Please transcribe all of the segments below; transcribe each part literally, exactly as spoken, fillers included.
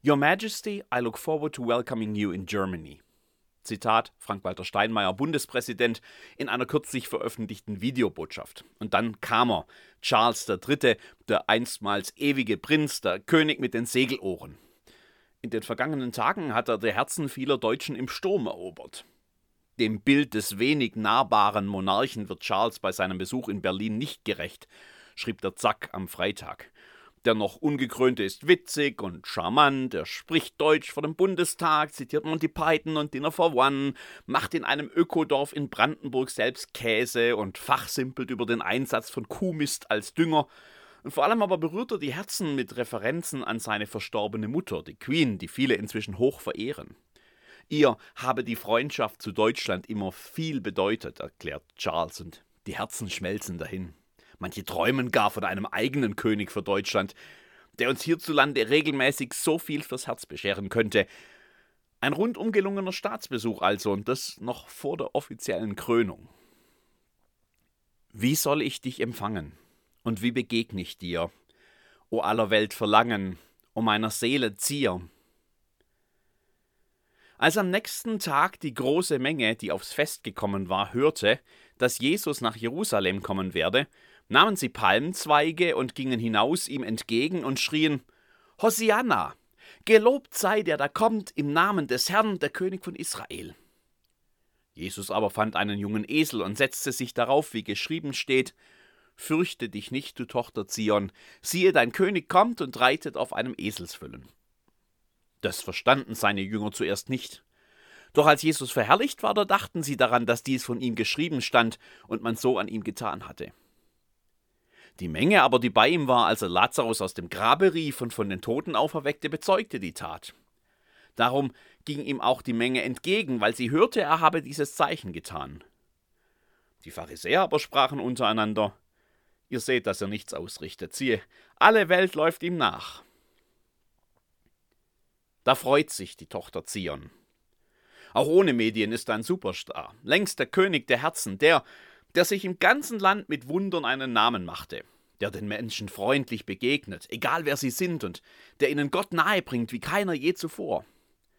Your Majesty, I look forward to welcoming you in Germany. Zitat Frank-Walter Steinmeier, Bundespräsident, in einer kürzlich veröffentlichten Videobotschaft. Und dann kam er, Charles der Dritte, der einstmals ewige Prinz, der König mit den Segelohren. In den vergangenen Tagen hat er die Herzen vieler Deutschen im Sturm erobert. Dem Bild des wenig nahbaren Monarchen wird Charles bei seinem Besuch in Berlin nicht gerecht, schrieb der Zack am Freitag. Der noch Ungekrönte ist witzig und charmant, er spricht Deutsch vor dem Bundestag, zitiert Monty Python und Dinner for One, macht in einem Ökodorf in Brandenburg selbst Käse und fachsimpelt über den Einsatz von Kuhmist als Dünger. Und vor allem aber berührt er die Herzen mit Referenzen an seine verstorbene Mutter, die Queen, die viele inzwischen hoch verehren. Ihr habe die Freundschaft zu Deutschland immer viel bedeutet, erklärt Charles, und die Herzen schmelzen dahin. Manche träumen gar von einem eigenen König für Deutschland, der uns hierzulande regelmäßig so viel fürs Herz bescheren könnte. Ein rundum gelungener Staatsbesuch also, und das noch vor der offiziellen Krönung. Wie soll ich dich empfangen? Und wie begegne ich dir? O aller Welt Verlangen, o meiner Seele Zier. Als am nächsten Tag die große Menge, die aufs Fest gekommen war, hörte, dass Jesus nach Jerusalem kommen werde, nahmen sie Palmzweige und gingen hinaus ihm entgegen und schrien: Hosianna! Gelobt sei der da kommt im Namen des Herrn, der König von Israel. Jesus aber fand einen jungen Esel und setzte sich darauf, wie geschrieben steht: Fürchte dich nicht, du Tochter Zion, siehe, dein König kommt und reitet auf einem Eselsfüllen. Das verstanden seine Jünger zuerst nicht. Doch als Jesus verherrlicht war, da dachten sie daran, dass dies von ihm geschrieben stand und man so an ihm getan hatte. Die Menge aber, die bei ihm war, als er Lazarus aus dem Grabe rief und von den Toten auferweckte, bezeugte die Tat. Darum ging ihm auch die Menge entgegen, weil sie hörte, er habe dieses Zeichen getan. Die Pharisäer aber sprachen untereinander: Ihr seht, dass er nichts ausrichtet. Siehe, alle Welt läuft ihm nach. Da freut sich die Tochter Zion. Auch ohne Medien ist er ein Superstar, längst der König der Herzen, der, der sich im ganzen Land mit Wundern einen Namen machte, der den Menschen freundlich begegnet, egal wer sie sind, und der ihnen Gott nahe bringt wie keiner je zuvor.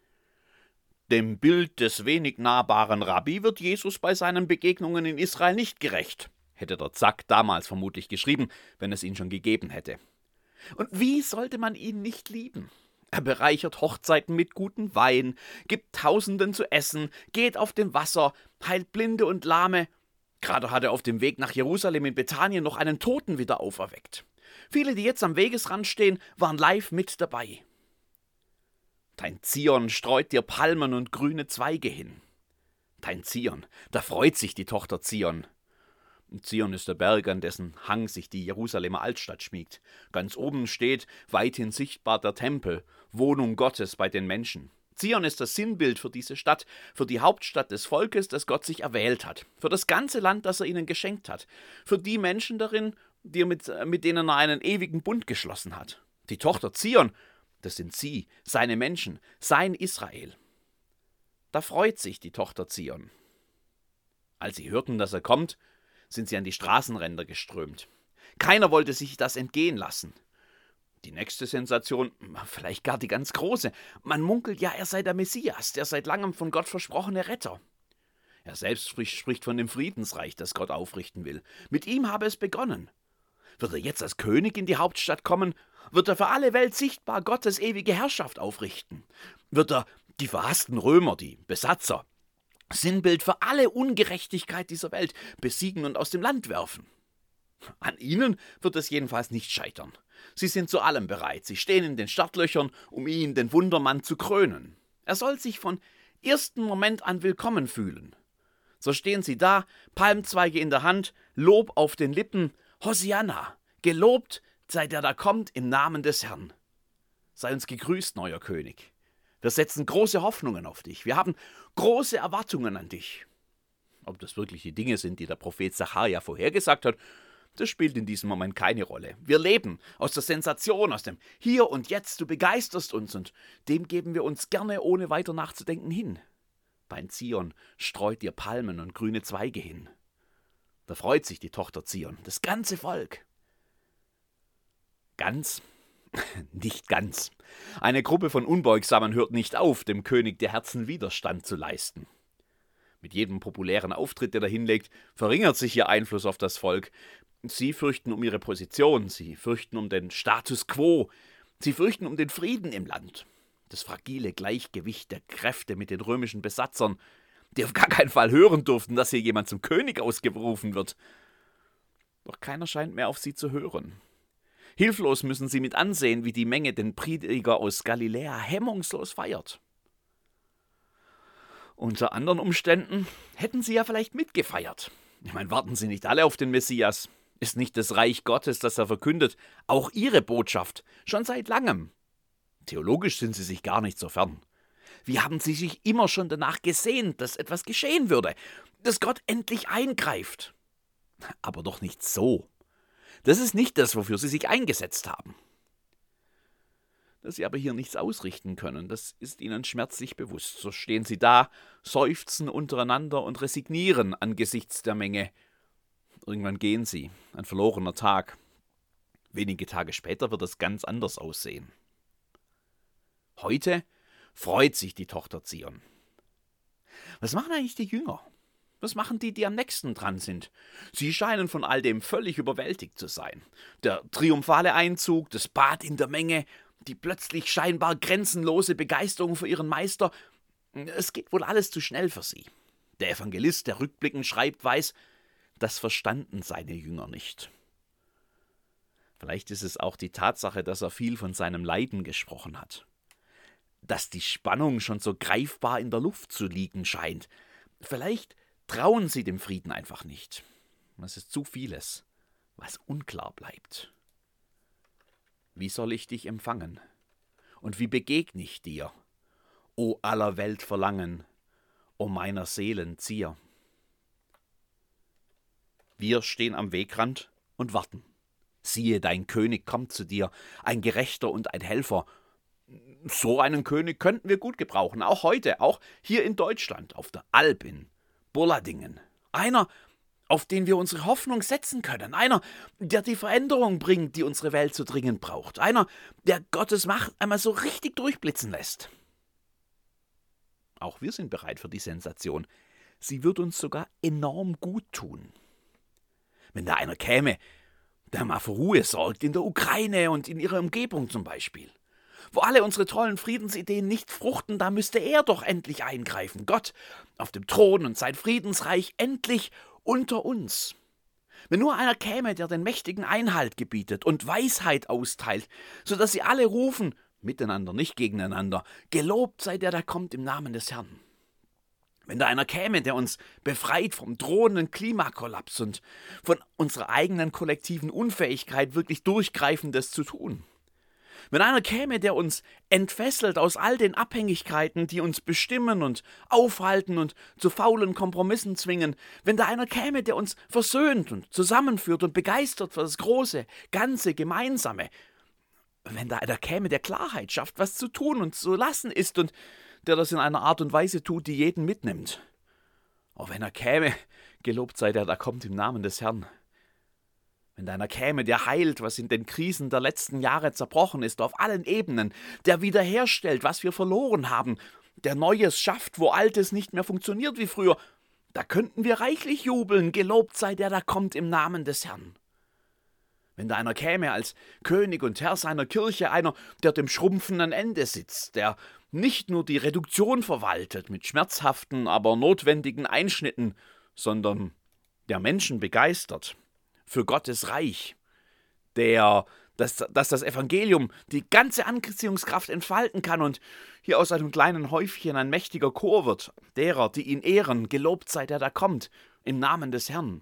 Dem Bild des wenig nahbaren Rabbi wird Jesus bei seinen Begegnungen in Israel nicht gerecht, hätte der Zack damals vermutlich geschrieben, wenn es ihn schon gegeben hätte. Und wie sollte man ihn nicht lieben? Er bereichert Hochzeiten mit gutem Wein, gibt Tausenden zu essen, geht auf dem Wasser, heilt Blinde und Lahme. Gerade hat er auf dem Weg nach Jerusalem in Bethanien noch einen Toten wieder auferweckt. Viele, die jetzt am Wegesrand stehen, waren live mit dabei. Dein Zion streut dir Palmen und grüne Zweige hin. Dein Zion, da freut sich die Tochter Zion. Zion ist der Berg, an dessen Hang sich die Jerusalemer Altstadt schmiegt. Ganz oben steht, weithin sichtbar, der Tempel, Wohnung Gottes bei den Menschen. Zion ist das Sinnbild für diese Stadt, für die Hauptstadt des Volkes, das Gott sich erwählt hat, für das ganze Land, das er ihnen geschenkt hat, für die Menschen darin, die er mit, mit denen er einen ewigen Bund geschlossen hat. Die Tochter Zion, das sind sie, seine Menschen, sein Israel. Da freut sich die Tochter Zion. Als sie hörten, dass er kommt, sind sie an die Straßenränder geströmt. Keiner wollte sich das entgehen lassen. Die nächste Sensation, vielleicht gar die ganz große, man munkelt ja, er sei der Messias, der seit langem von Gott versprochene Retter. Er selbst spricht von dem Friedensreich, das Gott aufrichten will. Mit ihm habe es begonnen. Wird er jetzt als König in die Hauptstadt kommen? Wird er für alle Welt sichtbar Gottes ewige Herrschaft aufrichten? Wird er die verhassten Römer, die Besatzer, Sinnbild für alle Ungerechtigkeit dieser Welt, besiegen und aus dem Land werfen? An ihnen wird es jedenfalls nicht scheitern. Sie sind zu allem bereit. Sie stehen in den Startlöchern, um ihn, den Wundermann, zu krönen. Er soll sich von ersten Moment an willkommen fühlen. So stehen sie da, Palmzweige in der Hand, Lob auf den Lippen. Hosianna, gelobt sei der da kommt im Namen des Herrn. Sei uns gegrüßt, neuer König. Wir setzen große Hoffnungen auf dich. Wir haben große Erwartungen an dich. Ob das wirklich die Dinge sind, die der Prophet Sacharja vorhergesagt hat, das spielt in diesem Moment keine Rolle. Wir leben aus der Sensation, aus dem Hier und Jetzt. Du begeisterst uns und dem geben wir uns gerne ohne weiter nachzudenken hin. Dein Zion streut dir Palmen und grüne Zweige hin. Da freut sich die Tochter Zion, das ganze Volk. Ganz, Nicht ganz. Eine Gruppe von Unbeugsamen hört nicht auf, dem König der Herzen Widerstand zu leisten. Mit jedem populären Auftritt, der er hinlegt, verringert sich ihr Einfluss auf das Volk. Sie fürchten um ihre Position, sie fürchten um den Status quo, sie fürchten um den Frieden im Land. Das fragile Gleichgewicht der Kräfte mit den römischen Besatzern, die auf gar keinen Fall hören durften, dass hier jemand zum König ausgerufen wird. Doch keiner scheint mehr auf sie zu hören. Hilflos müssen sie mit ansehen, wie die Menge den Prediger aus Galiläa hemmungslos feiert. Unter anderen Umständen hätten sie ja vielleicht mitgefeiert. Ich meine, warten sie nicht alle auf den Messias? Ist nicht das Reich Gottes, das er verkündet, auch ihre Botschaft, schon seit langem? Theologisch sind sie sich gar nicht so fern. Wie haben sie sich immer schon danach gesehnt, dass etwas geschehen würde, dass Gott endlich eingreift? Aber doch nicht so. Das ist nicht das, wofür sie sich eingesetzt haben. Dass sie aber hier nichts ausrichten können, das ist ihnen schmerzlich bewusst. So stehen sie da, seufzen untereinander und resignieren angesichts der Menge. Irgendwann gehen sie, ein verlorener Tag. Wenige Tage später wird es ganz anders aussehen. Heute freut sich die Tochter Zion. Was machen eigentlich die Jünger? Was machen die, die am nächsten dran sind? Sie scheinen von all dem völlig überwältigt zu sein. Der triumphale Einzug, das Bad in der Menge, die plötzlich scheinbar grenzenlose Begeisterung für ihren Meister. Es geht wohl alles zu schnell für sie. Der Evangelist, der rückblickend schreibt, weiß, das verstanden seine Jünger nicht. Vielleicht ist es auch die Tatsache, dass er viel von seinem Leiden gesprochen hat. Dass die Spannung schon so greifbar in der Luft zu liegen scheint. Vielleicht trauen sie dem Frieden einfach nicht. Es ist zu vieles, was unklar bleibt. Wie soll ich dich empfangen? Und wie begegne ich dir, o aller Welt Verlangen, o meiner Seelen Zier? Wir stehen am Wegrand und warten. Siehe, dein König kommt zu dir, ein Gerechter und ein Helfer. So einen König könnten wir gut gebrauchen, auch heute, auch hier in Deutschland, auf der Alp in Burladingen. Einer, auf den wir unsere Hoffnung setzen können. Einer, der die Veränderung bringt, die unsere Welt so dringend braucht. Einer, der Gottes Macht einmal so richtig durchblitzen lässt. Auch wir sind bereit für die Sensation. Sie wird uns sogar enorm gut tun. Wenn da einer käme, der mal für Ruhe sorgt, in der Ukraine und in ihrer Umgebung zum Beispiel. Wo alle unsere tollen Friedensideen nicht fruchten, da müsste er doch endlich eingreifen. Gott auf dem Thron und sein Friedensreich endlich unter uns. Wenn nur einer käme, der den Mächtigen Einhalt gebietet und Weisheit austeilt, sodass sie alle rufen, miteinander, nicht gegeneinander, gelobt sei der, der kommt im Namen des Herrn. Wenn da einer käme, der uns befreit vom drohenden Klimakollaps und von unserer eigenen kollektiven Unfähigkeit, wirklich Durchgreifendes zu tun. Wenn einer käme, der uns entfesselt aus all den Abhängigkeiten, die uns bestimmen und aufhalten und zu faulen Kompromissen zwingen, wenn da einer käme, der uns versöhnt und zusammenführt und begeistert für das große, ganze, Gemeinsame, wenn da einer käme, der Klarheit schafft, was zu tun und zu lassen ist und der das in einer Art und Weise tut, die jeden mitnimmt. Oh, wenn er käme, gelobt sei der, da kommt im Namen des Herrn. Wenn da einer käme, der heilt, was in den Krisen der letzten Jahre zerbrochen ist, auf allen Ebenen, der wiederherstellt, was wir verloren haben, der Neues schafft, wo Altes nicht mehr funktioniert wie früher, da könnten wir reichlich jubeln, gelobt sei der, da kommt im Namen des Herrn. Wenn da einer käme als König und Herr seiner Kirche, einer, der dem schrumpfenden Ende sitzt, der nicht nur die Reduktion verwaltet mit schmerzhaften, aber notwendigen Einschnitten, sondern der Menschen begeistert für Gottes Reich, der, dass, dass das Evangelium die ganze Anziehungskraft entfalten kann und hier aus einem kleinen Häufchen ein mächtiger Chor wird, derer, die ihn ehren, gelobt sei der da kommt, im Namen des Herrn.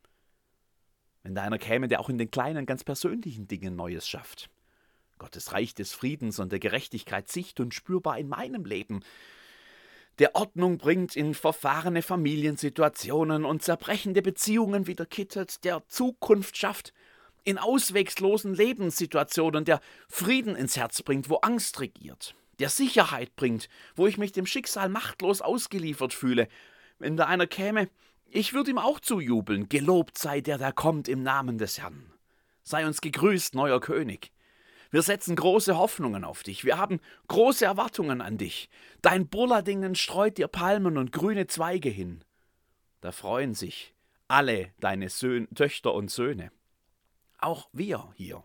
Wenn da einer käme, der auch in den kleinen, ganz persönlichen Dingen Neues schafft, Gottes Reich des Friedens und der Gerechtigkeit sicht- und spürbar in meinem Leben, der Ordnung bringt in verfahrene Familiensituationen und zerbrechende Beziehungen wieder kittet, der Zukunft schafft in ausweglosen Lebenssituationen, der Frieden ins Herz bringt, wo Angst regiert, der Sicherheit bringt, wo ich mich dem Schicksal machtlos ausgeliefert fühle. Wenn da einer käme, ich würde ihm auch zujubeln, gelobt sei der, der kommt im Namen des Herrn. Sei uns gegrüßt, neuer König. Wir setzen große Hoffnungen auf dich. Wir haben große Erwartungen an dich. Dein Burladingen streut dir Palmen und grüne Zweige hin. Da freuen sich alle deine Söhne, Töchter und Söhne. Auch wir hier.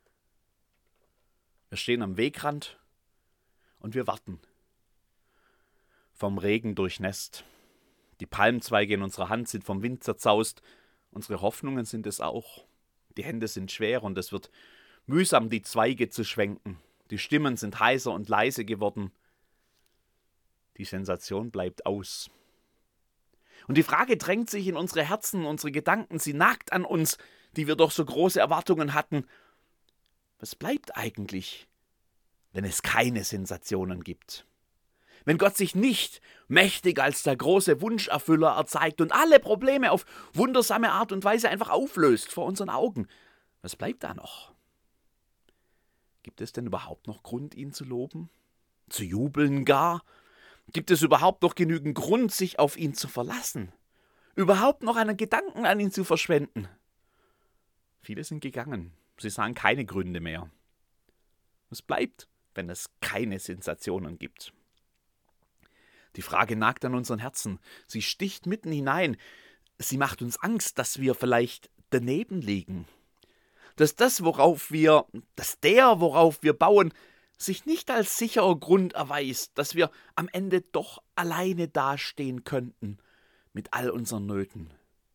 Wir stehen am Wegrand und wir warten. Vom Regen durchnässt. Die Palmzweige in unserer Hand sind vom Wind zerzaust. Unsere Hoffnungen sind es auch. Die Hände sind schwer und es wird mühsam, die Zweige zu schwenken. Die Stimmen sind heiser und leise geworden. Die Sensation bleibt aus. Und die Frage drängt sich in unsere Herzen, unsere Gedanken, sie nagt an uns, die wir doch so große Erwartungen hatten. Was bleibt eigentlich, wenn es keine Sensationen gibt? Wenn Gott sich nicht mächtig als der große Wunscherfüller erzeigt und alle Probleme auf wundersame Art und Weise einfach auflöst vor unseren Augen, was bleibt da noch? Gibt es denn überhaupt noch Grund, ihn zu loben? Zu jubeln gar? Gibt es überhaupt noch genügend Grund, sich auf ihn zu verlassen? Überhaupt noch einen Gedanken an ihn zu verschwenden? Viele sind gegangen. Sie sahen keine Gründe mehr. Was bleibt, wenn es keine Sensationen gibt? Die Frage nagt an unseren Herzen. Sie sticht mitten hinein. Sie macht uns Angst, dass wir vielleicht daneben liegen. Dass das, worauf wir, dass der, worauf wir bauen, sich nicht als sicherer Grund erweist, dass wir am Ende doch alleine dastehen könnten mit all unseren Nöten.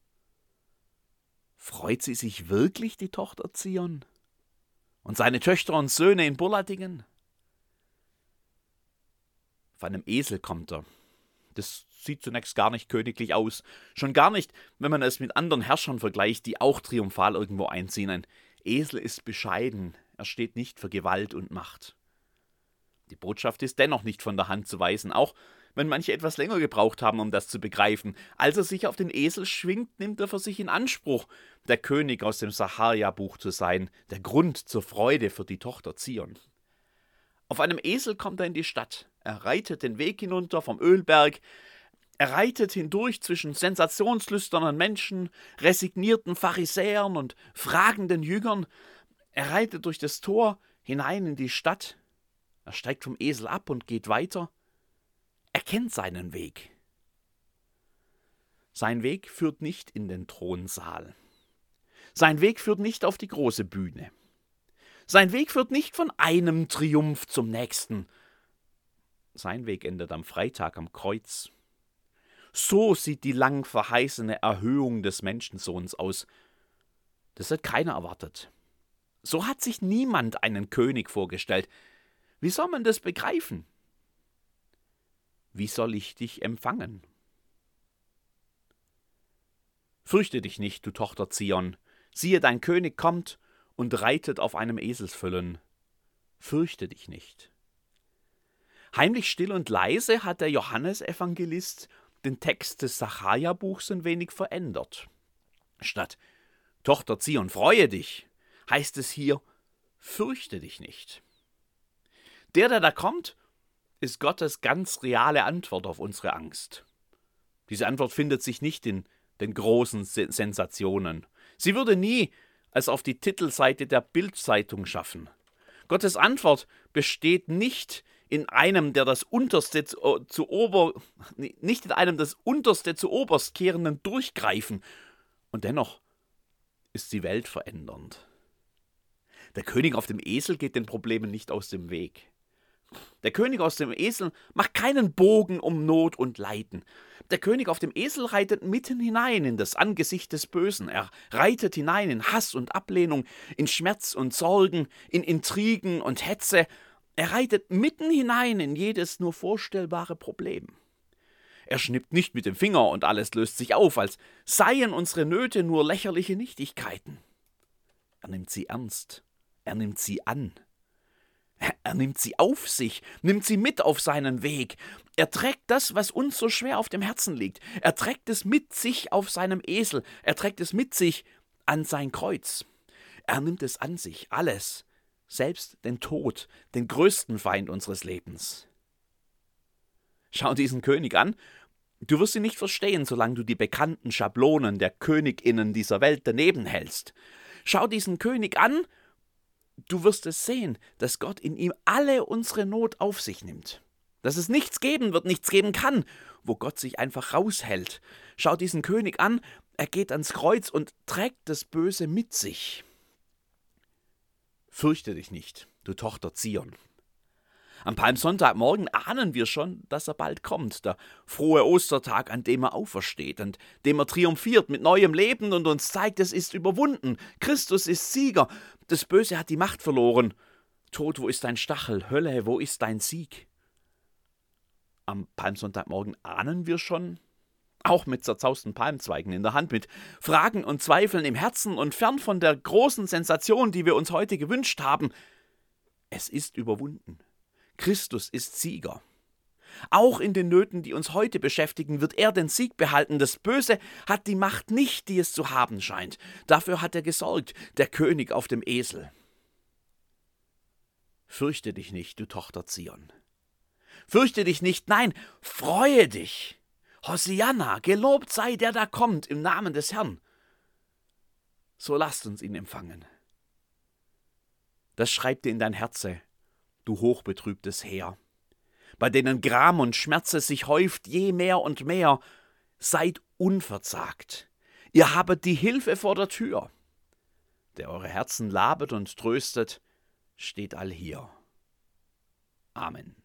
Freut sie sich wirklich, die Tochter Zion? Und seine Töchter und Söhne in Burladingen? Auf einem Esel kommt er. Das sieht zunächst gar nicht königlich aus. Schon gar nicht, wenn man es mit anderen Herrschern vergleicht, die auch triumphal irgendwo einziehen. Ein Esel ist bescheiden. Er steht nicht für Gewalt und Macht. Die Botschaft ist dennoch nicht von der Hand zu weisen, auch wenn manche etwas länger gebraucht haben, um das zu begreifen. Als er sich auf den Esel schwingt, nimmt er für sich in Anspruch, der König aus dem Sacharja-Buch zu sein, der Grund zur Freude für die Tochter Zion. Auf einem Esel kommt er in die Stadt. Er reitet den Weg hinunter vom Ölberg. Er reitet hindurch zwischen sensationslüsternen Menschen, resignierten Pharisäern und fragenden Jüngern. Er reitet durch das Tor hinein in die Stadt. Er steigt vom Esel ab und geht weiter. Er kennt seinen Weg. Sein Weg führt nicht in den Thronsaal. Sein Weg führt nicht auf die große Bühne. Sein Weg führt nicht von einem Triumph zum nächsten. Sein Weg endet am Freitag am Kreuz. So sieht die lang verheißene Erhöhung des Menschensohns aus. Das hat keiner erwartet. So hat sich niemand einen König vorgestellt. Wie soll man das begreifen? Wie soll ich dich empfangen? Fürchte dich nicht, du Tochter Zion. Siehe, dein König kommt und reitet auf einem Eselsfüllen. Fürchte dich nicht. Heimlich still und leise hat der Johannesevangelist den Text des Sacharja-Buchs ein wenig verändert. Statt Tochter Zion, freue dich, heißt es hier, fürchte dich nicht. Der, der da kommt, ist Gottes ganz reale Antwort auf unsere Angst. Diese Antwort findet sich nicht in den großen Sensationen. Sie würde nie als auf die Titelseite der Bild-Zeitung schaffen. Gottes Antwort besteht nicht in einem, der das Unterste zu, zu Ober, nicht in einem das Unterste zu Oberst kehrenden Durchgreifen. Und dennoch ist sie weltverändernd. Der König auf dem Esel geht den Problemen nicht aus dem Weg. Der König aus dem Esel macht keinen Bogen um Not und Leiden. Der König auf dem Esel reitet mitten hinein in das Angesicht des Bösen. Er reitet hinein in Hass und Ablehnung, in Schmerz und Sorgen, in Intrigen und Hetze. Er reitet mitten hinein in jedes nur vorstellbare Problem. Er schnippt nicht mit dem Finger und alles löst sich auf, als seien unsere Nöte nur lächerliche Nichtigkeiten. Er nimmt sie ernst. Er nimmt sie an. Er nimmt sie auf sich, nimmt sie mit auf seinen Weg. Er trägt das, was uns so schwer auf dem Herzen liegt. Er trägt es mit sich auf seinem Esel. Er trägt es mit sich an sein Kreuz. Er nimmt es an sich, alles, selbst den Tod, den größten Feind unseres Lebens. Schau diesen König an. Du wirst ihn nicht verstehen, solange du die bekannten Schablonen der KönigInnen dieser Welt daneben hältst. Schau diesen König an Du wirst es sehen, dass Gott in ihm alle unsere Not auf sich nimmt. Dass es nichts geben wird, nichts geben kann, wo Gott sich einfach raushält. Schau diesen König an, er geht ans Kreuz und trägt das Böse mit sich. Fürchte dich nicht, du Tochter Zion. Am Palmsonntagmorgen ahnen wir schon, dass er bald kommt, der frohe Ostertag, an dem er aufersteht, an dem er triumphiert mit neuem Leben und uns zeigt, es ist überwunden. Christus ist Sieger, das Böse hat die Macht verloren. Tod, wo ist dein Stachel? Hölle, wo ist dein Sieg? Am Palmsonntagmorgen ahnen wir schon, auch mit zerzausten Palmzweigen in der Hand, mit Fragen und Zweifeln im Herzen und fern von der großen Sensation, die wir uns heute gewünscht haben. Es ist überwunden. Christus ist Sieger. Auch in den Nöten, die uns heute beschäftigen, wird er den Sieg behalten. Das Böse hat die Macht nicht, die es zu haben scheint. Dafür hat er gesorgt, der König auf dem Esel. Fürchte dich nicht, du Tochter Zion. Fürchte dich nicht, nein, freue dich. Hosianna, gelobt sei der da kommt im Namen des Herrn. So lasst uns ihn empfangen. Das schreib dir in dein Herze, du hochbetrübtes Heer, bei denen Gram und Schmerze sich häuft je mehr und mehr. Seid unverzagt, ihr habet die Hilfe vor der Tür. Der eure Herzen labet und tröstet, steht allhier. Amen.